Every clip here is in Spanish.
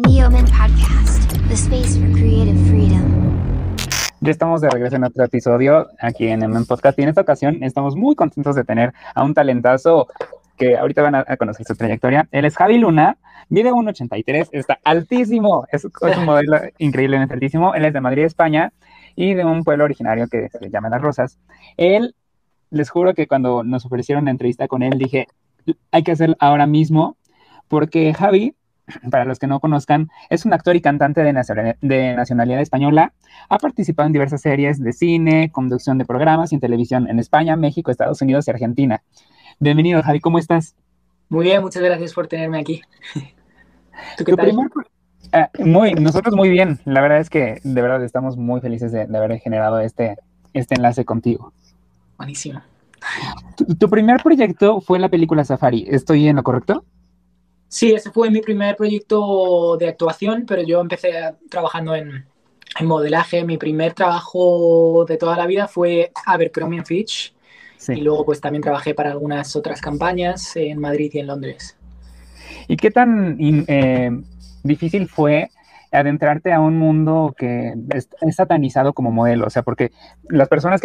Neoman Podcast, the space for creative freedom. Ya estamos de regreso en otro episodio aquí en Neoman Podcast y en esta ocasión estamos muy contentos de tener a un talentazo que ahorita van a conocer su trayectoria. Él es Javi Luna, mide 1,83, está altísimo, es un modelo increíblemente altísimo. Él es de Madrid, España, y de un pueblo originario que se llama Las Rosas. Él, les juro que cuando nos ofrecieron una entrevista con él, dije, hay que hacerlo ahora mismo, porque Javi, para los que no conozcan, es un actor y cantante de nacionalidad española. Ha participado en diversas series de cine, conducción de programas y en televisión en España, México, Estados Unidos y Argentina. Bienvenido, Javi, ¿cómo estás? Muy bien, muchas gracias por tenerme aquí. ¿Tú qué tal? Nosotros muy bien. La verdad es que de verdad estamos muy felices de haber generado este enlace contigo. Buenísimo. Tu primer proyecto fue la película Safari. ¿Estoy en lo correcto? Sí, ese fue mi primer proyecto de actuación, pero yo empecé trabajando en modelaje. Mi primer trabajo de toda la vida fue Abercrombie Fitch. Sí. Y luego pues también trabajé para algunas otras campañas en Madrid y en Londres. ¿Y qué tan difícil fue adentrarte a un mundo que es satanizado como modelo? O sea, porque las personas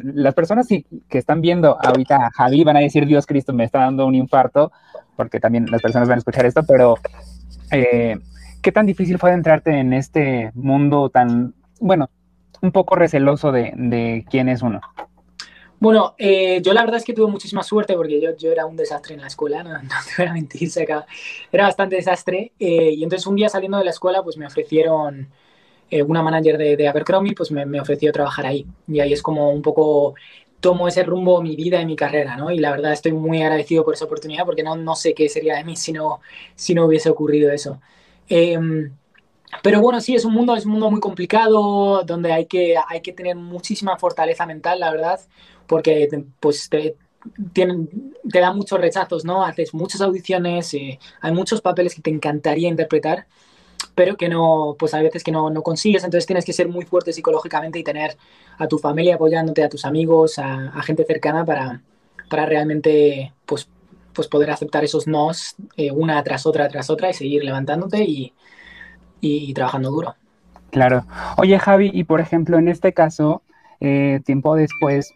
que están viendo ahorita a Javi van a decir, Dios Cristo, me está dando un infarto, porque también las personas van a escuchar esto, pero ¿qué tan difícil fue adentrarte en este mundo tan, bueno, un poco receloso de quién es uno? Bueno, yo la verdad es que tuve muchísima suerte porque yo era un desastre en la escuela, no te voy a mentir, era bastante desastre. Y entonces un día saliendo de la escuela pues me ofrecieron, una manager de Abercrombie pues me ofreció trabajar ahí. Y ahí es como un poco tomo ese rumbo mi vida y mi carrera, ¿no? Y la verdad estoy muy agradecido por esa oportunidad porque no sé qué sería de mí si no hubiese ocurrido eso. Pero bueno, sí, es un mundo muy complicado donde hay que tener muchísima fortaleza mental, la verdad, porque pues te dan muchos rechazos, ¿no? Haces muchas audiciones, hay muchos papeles que te encantaría interpretar, pero que no, pues hay veces que no consigues, entonces tienes que ser muy fuerte psicológicamente y tener a tu familia apoyándote, a tus amigos, a gente cercana para realmente pues poder aceptar esos nos una tras otra y seguir levantándote y trabajando duro. Claro. Oye, Javi, y por ejemplo, en este caso, tiempo después,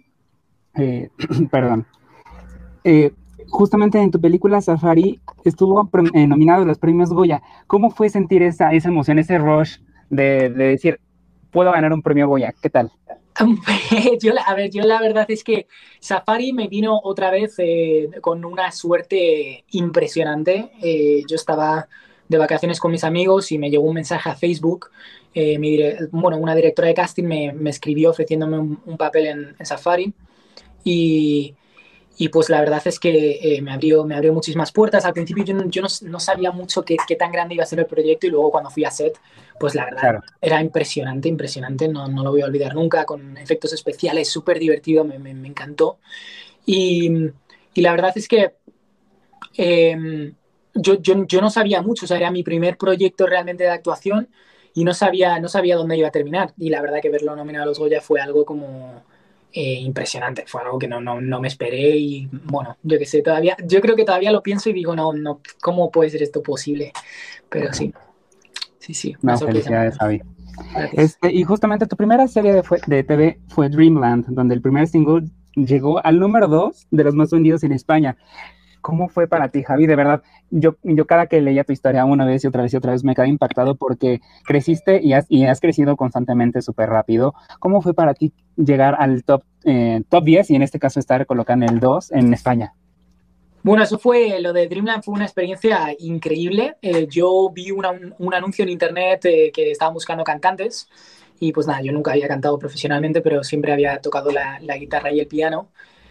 perdón, justamente en tu película Safari estuvo nominado a los premios Goya. ¿Cómo fue sentir esa emoción, ese rush de decir, puedo ganar un premio Goya? ¿Qué tal? Yo la verdad es que Safari me vino otra vez con una suerte impresionante. Yo estaba de vacaciones con mis amigos y me llegó un mensaje a Facebook. Una directora de casting me escribió ofreciéndome un papel en Safari y pues la verdad es que me abrió muchísimas puertas. Al principio yo no sabía mucho qué tan grande iba a ser el proyecto y luego cuando fui a set, pues la verdad era impresionante, no lo voy a olvidar nunca, con efectos especiales, súper divertido, me encantó. Y la verdad es que yo no sabía mucho, o sea, era mi primer proyecto realmente de actuación y no sabía dónde iba a terminar. Y la verdad que verlo nominado a los Goya fue algo como impresionante, fue algo que no me esperé y bueno, yo qué sé, yo creo que todavía lo pienso y digo, no, ¿cómo puede ser esto posible? Pero sí. No, felicidades, Javi. Y justamente tu primera serie de TV fue Dreamland, donde el primer single llegó al número 2 de los más vendidos en España. ¿Cómo fue para ti, Javi? De verdad, yo cada que leía tu historia una vez y otra vez me quedé impactado porque creciste y has crecido constantemente súper rápido. ¿Cómo fue para ti llegar al top 10 y en este caso estar colocando el 2 en España? Bueno, lo de Dreamland fue una experiencia increíble. Yo vi un anuncio en internet que estaban buscando cantantes y pues nada, yo nunca había cantado profesionalmente, pero siempre había tocado la guitarra y el piano.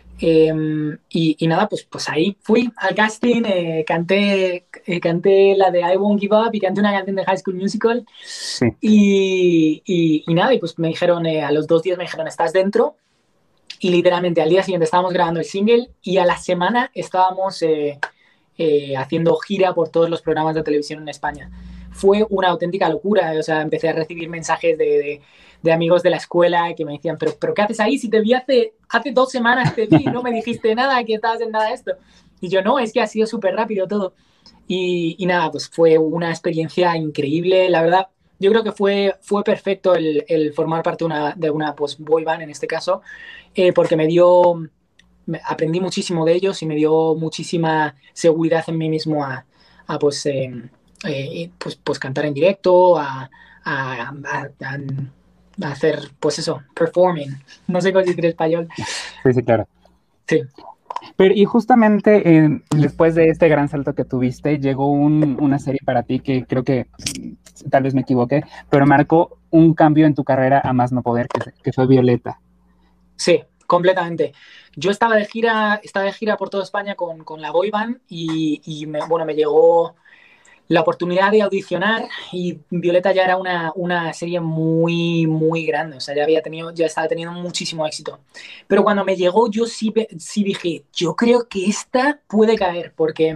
Y nada, pues ahí fui al casting, canté la de I Won't Give Up y canté una canción de High School Musical. Sí. Y nada, y pues me dijeron, a los 2 días me dijeron, ¿estás dentro? Y literalmente al día siguiente estábamos grabando el single y a la semana estábamos haciendo gira por todos los programas de televisión en España. Fue una auténtica locura, o sea, empecé a recibir mensajes de amigos de la escuela que me decían, pero ¿qué haces ahí? Si te vi hace 2 semanas, te vi y no me dijiste nada, que estabas en nada de esto. Y yo, no, es que ha sido súper rápido todo. Y nada, pues fue una experiencia increíble, la verdad. Yo creo que fue perfecto el formar parte de una pues, boy band en este caso, porque aprendí muchísimo de ellos y me dio muchísima seguridad en mí mismo pues, pues cantar en directo, a hacer, pues eso, performing. No sé cómo decir en español. Sí, sí, claro. Sí. Pero y justamente después de este gran salto que tuviste, llegó una serie para ti que creo que tal vez me equivoqué, pero marcó un cambio en tu carrera a más no poder, que fue Violeta. Sí, completamente. Yo estaba de gira por toda España con la boy band y me llegó la oportunidad de audicionar y Violeta ya era una serie muy, muy grande, o sea, ya estaba teniendo muchísimo éxito. Pero cuando me llegó yo sí dije, yo creo que esta puede caer, porque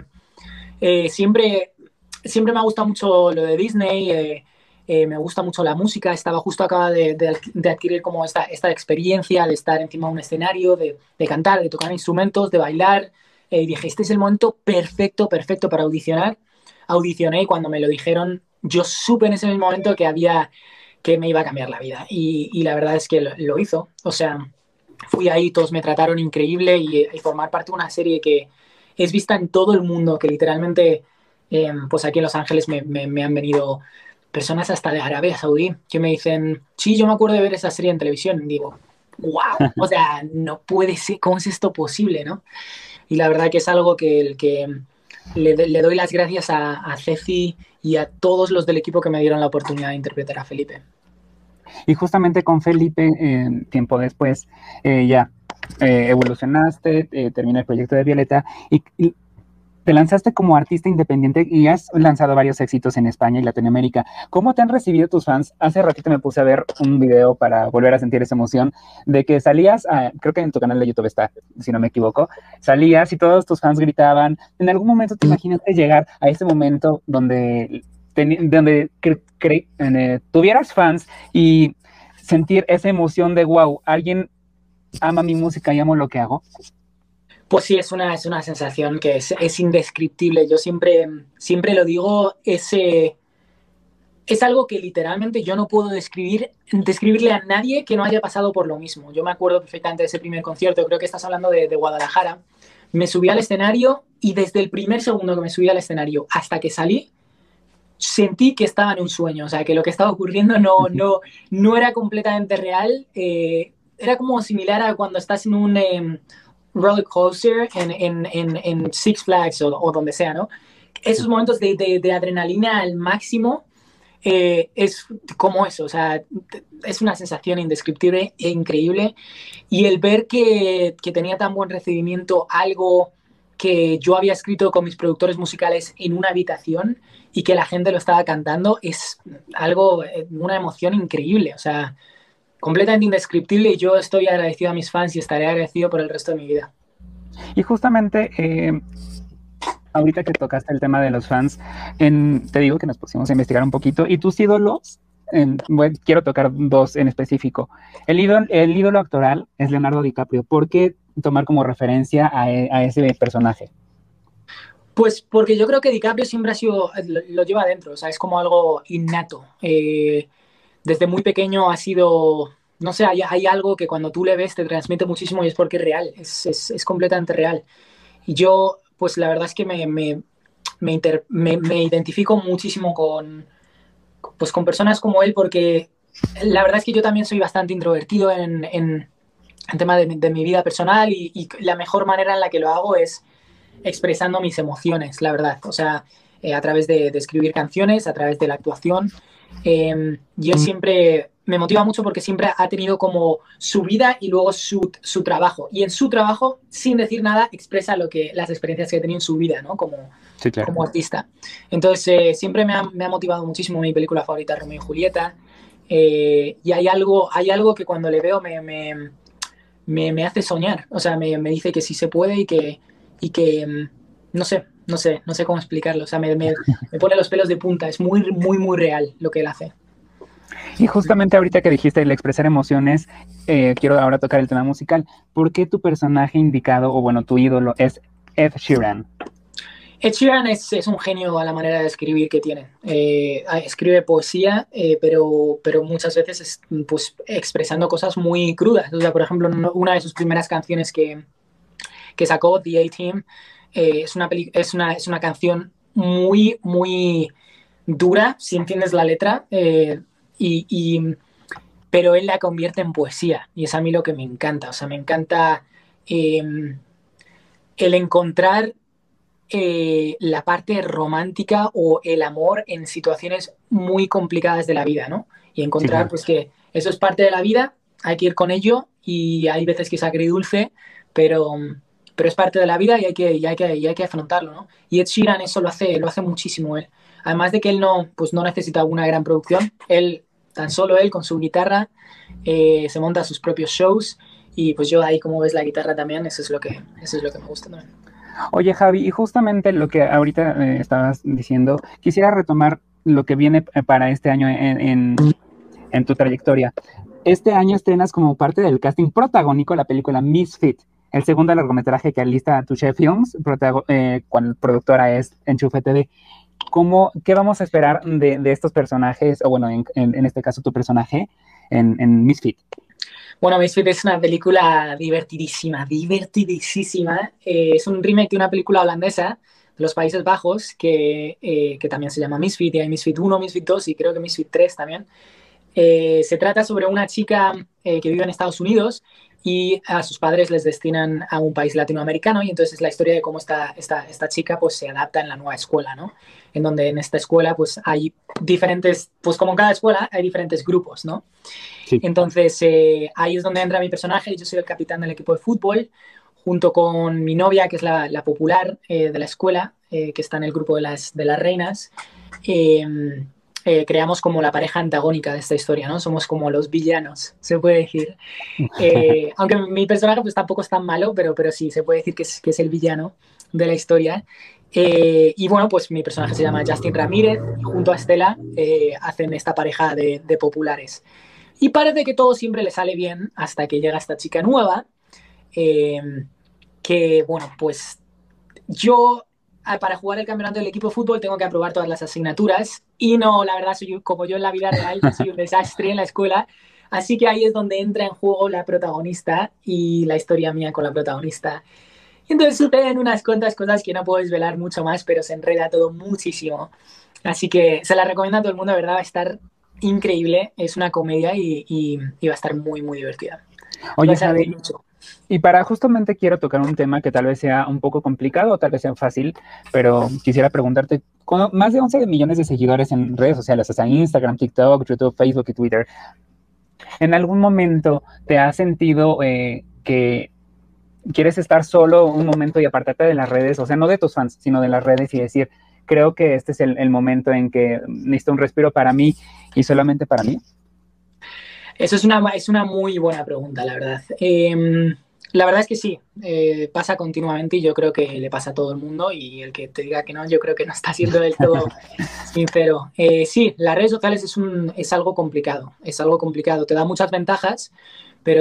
siempre me ha gustado mucho lo de Disney, me gusta mucho la música, acaba de adquirir como esta experiencia de estar encima de un escenario, de cantar, de tocar instrumentos, de bailar, y dije, este es el momento perfecto para audicionar. Audicioné y cuando me lo dijeron, yo supe en ese mismo momento que me iba a cambiar la vida y la verdad es que lo hizo, o sea, fui ahí, todos me trataron increíble y formar parte de una serie que es vista en todo el mundo, que literalmente, pues aquí en Los Ángeles me han venido personas hasta de Arabia Saudí que me dicen, sí, yo me acuerdo de ver esa serie en televisión. Y digo, wow, o sea, no puede ser, ¿cómo es esto posible, no? Y la verdad que es algo que le doy las gracias a Ceci y a todos los del equipo que me dieron la oportunidad de interpretar a Felipe. Y justamente con Felipe, tiempo después, ya evolucionaste, termina el proyecto de Violeta y te lanzaste como artista independiente y has lanzado varios éxitos en España y Latinoamérica. ¿Cómo te han recibido tus fans? Hace ratito me puse a ver un video para volver a sentir esa emoción de que salías, creo que en tu canal de YouTube está, si no me equivoco, salías y todos tus fans gritaban. ¿En algún momento te imaginaste llegar a ese momento donde tuvieras fans y sentir esa emoción de wow, alguien ama mi música y amo lo que hago? Pues sí, es una sensación que es indescriptible. Yo siempre lo digo, es algo que literalmente yo no puedo describirle a nadie que no haya pasado por lo mismo. Yo me acuerdo perfectamente de ese primer concierto, creo que estás hablando de Guadalajara. Me subí al escenario y desde el primer segundo que me subí al escenario hasta que salí, sentí que estaba en un sueño, o sea, que lo que estaba ocurriendo no era completamente real. Era como similar a cuando estás en un roller coaster en Six Flags o donde sea, ¿no? Esos momentos de adrenalina al máximo es como eso, o sea, es una sensación indescriptible e increíble. Y el ver que tenía tan buen recibimiento algo que yo había escrito con mis productores musicales en una habitación y que la gente lo estaba cantando es algo, una emoción increíble, o sea, completamente indescriptible y yo estoy agradecido a mis fans y estaré agradecido por el resto de mi vida. Y justamente, ahorita que tocaste el tema de los fans, te digo que nos pusimos a investigar un poquito y tus ídolos, bueno, quiero tocar dos en específico. El ídolo actoral es Leonardo DiCaprio. ¿Por qué tomar como referencia a ese personaje? Pues porque yo creo que DiCaprio siempre lo lleva adentro, o sea, es como algo innato. Desde muy pequeño ha sido, no sé, hay algo que cuando tú le ves te transmite muchísimo y es porque es real, es completamente real. Y yo, pues la verdad es que me identifico muchísimo pues, con personas como él porque la verdad es que yo también soy bastante introvertido en tema de mi vida personal y la mejor manera en la que lo hago es expresando mis emociones, la verdad. O sea, a través de escribir canciones, a través de la actuación. Y él siempre me motiva mucho porque siempre ha tenido como su vida y luego su trabajo. Y en su trabajo, sin decir nada, expresa las experiencias que ha tenido en su vida, ¿no? Sí, claro. Como artista. Entonces, siempre me ha motivado muchísimo mi película favorita, Romeo y Julieta. Y hay algo que cuando le veo me hace soñar. O sea, me dice que sí se puede y que no sé cómo explicarlo. O sea, me pone los pelos de punta. Es muy, muy, muy real lo que él hace. Y justamente ahorita que dijiste el expresar emociones, quiero ahora tocar el tema musical. ¿Por qué tu personaje indicado, o bueno, tu ídolo es Ed Sheeran? Ed Sheeran es un genio a la manera de escribir que tiene. Escribe poesía, pero muchas veces pues, expresando cosas muy crudas. O sea, por ejemplo, una de sus primeras canciones que sacó, The A-Team, es una canción muy, muy dura, si entiendes la letra, y, y, pero él la convierte en poesía. Y es a mí lo que me encanta. O sea, me encanta eh, el encontrar la parte romántica o el amor en situaciones muy complicadas de la vida, ¿no? Y Sí, encontrar claro. pues que eso es parte de la vida, hay que ir con ello y hay veces que es agridulce, pero, pero es parte de la vida y hay que afrontarlo, ¿no? Y Ed Sheeran eso lo hace muchísimo él. Además de que él no, pues no necesita una gran producción, él, tan solo él con su guitarra, se monta sus propios shows y pues yo ahí como ves la guitarra también, eso es lo que me gusta también. Oye, Javi, y justamente lo que ahorita estabas diciendo, quisiera retomar lo que viene para este año en tu trayectoria. Este año estrenas como parte del casting protagónico la película Misfit, el segundo largometraje que alista Touché Films, cuando productora es Enchufe TV. ¿Qué vamos a esperar de estos personajes, o bueno, en este caso tu personaje, en Misfit? Bueno, Misfit es una película divertidísima, divertidísima. Es un remake de una película holandesa de los Países Bajos que también se llama Misfit, y hay Misfit 1, Misfit 2 y creo que Misfit 3 también. Se trata sobre una chica que vive en Estados Unidos y a sus padres les destinan a un país latinoamericano y entonces es la historia de cómo esta chica pues se adapta en la nueva escuela, ¿no? En donde en esta escuela pues hay diferentes, pues como en cada escuela hay diferentes grupos, ¿no? Sí. Entonces ahí es donde entra mi personaje, yo soy el capitán del equipo de fútbol junto con mi novia que es la popular de la escuela, que está en el grupo de las reinas. Eh, Creamos como la pareja antagónica de esta historia, ¿no? Somos como los villanos, se puede decir. Aunque mi personaje pues tampoco es tan malo, pero sí, se puede decir que es el villano de la historia. Y bueno, pues mi personaje se llama Justin Ramírez y junto a Estela hacen esta pareja de populares. Y parece que todo siempre le sale bien hasta que llega esta chica nueva, eh, que bueno, pues yo para jugar el campeonato del equipo de fútbol tengo que aprobar todas las asignaturas y no, la verdad, como yo en la vida real, yo soy un desastre en la escuela, así que ahí es donde entra en juego la protagonista y la historia mía con la protagonista. Y entonces suceden unas cuantas cosas que no puedo desvelar mucho más, pero se enreda todo muchísimo. Así que se la recomiendo a todo el mundo, de verdad, va a estar increíble, es una comedia y va a estar muy, muy divertida. Os Oye, vais a reír Javi, mucho. y para justamente quiero tocar un tema que tal vez sea un poco complicado o tal vez sea fácil, pero quisiera preguntarte, con más de 11 millones de seguidores en redes sociales, o sea, Instagram, TikTok, YouTube, Facebook y Twitter, ¿en algún momento te has sentido que quieres estar solo un momento y apartarte de las redes, o sea, no de tus fans, sino de las redes y decir, creo que este es el momento en que necesito un respiro para mí y solamente para mí? Eso es una muy buena pregunta, la verdad. La verdad es que sí, pasa continuamente y yo creo que le pasa a todo el mundo y el que te diga que no, yo creo que no está siendo del todo sincero. Sí, las redes sociales es algo complicado, te da muchas ventajas, pero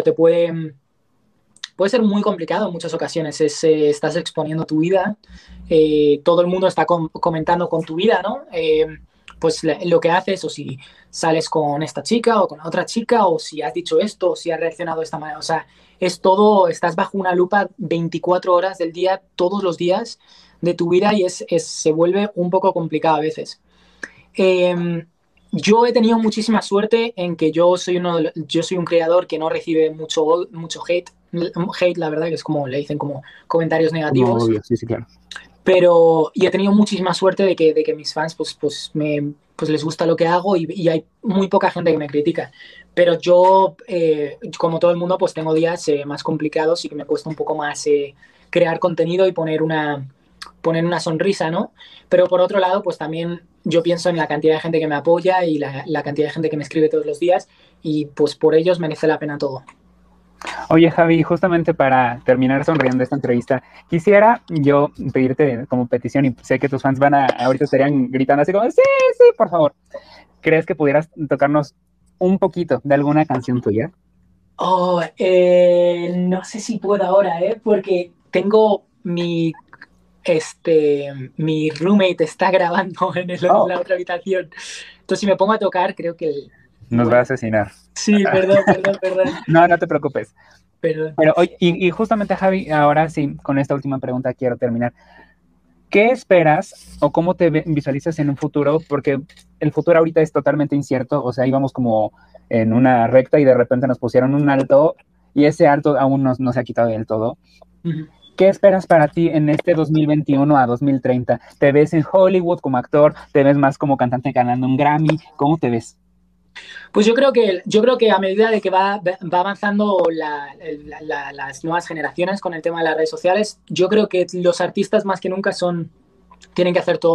puede ser muy complicado en muchas ocasiones. Estás exponiendo tu vida, todo el mundo está comentando con tu vida, ¿no? Pues lo que haces o si sales con esta chica o con otra chica o si has dicho esto o si has reaccionado de esta manera. O sea, es todo, estás bajo una lupa 24 horas del día, todos los días de tu vida y se vuelve un poco complicado a veces. Eh, yo he tenido muchísima suerte en que yo soy un creador que no recibe mucho hate. Hate, la verdad, que es como le dicen como comentarios Como negativos. obvio, sí, sí, claro. Pero y he tenido muchísima suerte de que mis fans pues les gusta lo que hago y hay muy poca gente que me critica. Pero yo, como todo el mundo, pues tengo días más complicados y que me cuesta un poco más crear contenido y poner una sonrisa, ¿no? Pero por otro lado, pues también yo pienso en la cantidad de gente que me apoya y la cantidad de gente que me escribe todos los días y pues por ellos merece la pena todo. Oye, Javi, justamente para terminar sonriendo esta entrevista, quisiera yo pedirte como petición, y sé que tus fans ahorita estarían gritando así como, sí, sí, por favor. ¿Crees que pudieras tocarnos un poquito de alguna canción tuya? Oh, no sé si puedo ahora, ¿eh? Porque tengo mi roommate está grabando Oh, la otra habitación. Entonces, si me pongo a tocar, creo que... nos va a asesinar. Sí, perdón. No, no te preocupes. Perdón. Pero oye, y justamente, Javi, ahora sí, con esta última pregunta quiero terminar. ¿Qué esperas o cómo te visualizas en un futuro? Porque el futuro ahorita es totalmente incierto, o sea, íbamos como en una recta y de repente nos pusieron un alto y ese alto aún no se ha quitado del todo. Ujú. ¿Qué esperas para ti en este 2021 a 2030? ¿Te ves en Hollywood como actor? ¿Te ves más como cantante ganando un Grammy? ¿Cómo te ves? Pues yo creo que a medida de que va avanzando las nuevas generaciones con el tema de las redes sociales, yo creo que los artistas más que nunca tienen que hacer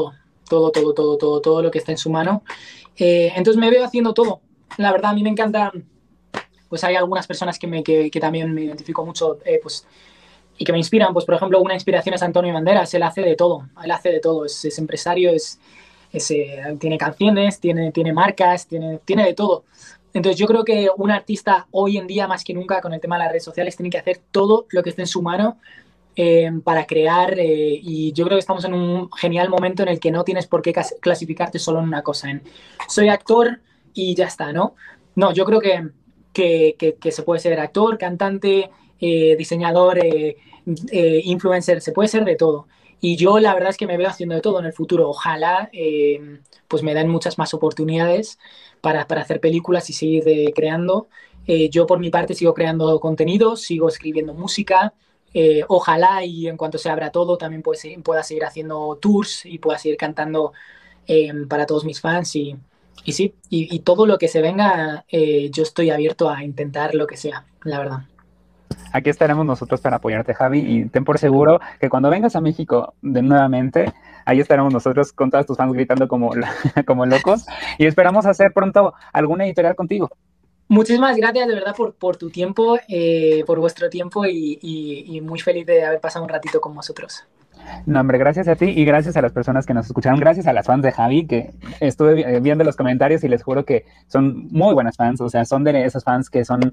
todo lo que está en su mano. Entonces me veo haciendo todo. La verdad, a mí me encanta, pues hay algunas personas que también me identifico mucho, pues, y que me inspiran. Pues, por ejemplo, una inspiración es Antonio Banderas. Él hace de todo. Es empresario, tiene canciones, tiene marcas, tiene de todo. Entonces yo creo que un artista hoy en día más que nunca con el tema de las redes sociales tiene que hacer todo lo que esté en su mano para crear y yo creo que estamos en un genial momento en el que no tienes por qué clasificarte solo en una cosa, en soy actor y ya está, ¿no? No, yo creo que se puede ser actor, cantante, diseñador, influencer, se puede ser de todo. Y yo la verdad es que me veo haciendo de todo en el futuro. Ojalá pues me den muchas más oportunidades para hacer películas y seguir creando. Yo por mi parte sigo creando contenidos, sigo escribiendo música. Ojalá y en cuanto se abra todo también pueda seguir haciendo tours y pueda seguir cantando para todos mis fans y sí, y todo lo que se venga, yo estoy abierto a intentar lo que sea, la verdad. Aquí estaremos nosotros para apoyarte, Javi, y ten por seguro que cuando vengas a México de nuevamente, ahí estaremos nosotros con todos tus fans gritando como, como locos y esperamos hacer pronto alguna editorial contigo. Muchísimas gracias de verdad por tu tiempo, por vuestro tiempo y muy feliz de haber pasado un ratito con vosotros. No, hombre, gracias a ti y gracias a las personas que nos escucharon, gracias a las fans de Javi, que estuve viendo los comentarios y les juro que son muy buenas fans, o sea, son de esas fans que son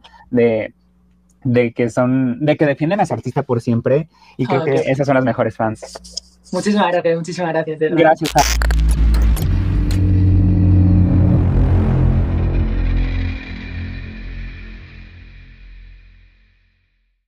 de que defienden a su artista por siempre y creo que Okay. esas son las mejores fans. Muchísimas gracias, de verdad. Gracias, Javi.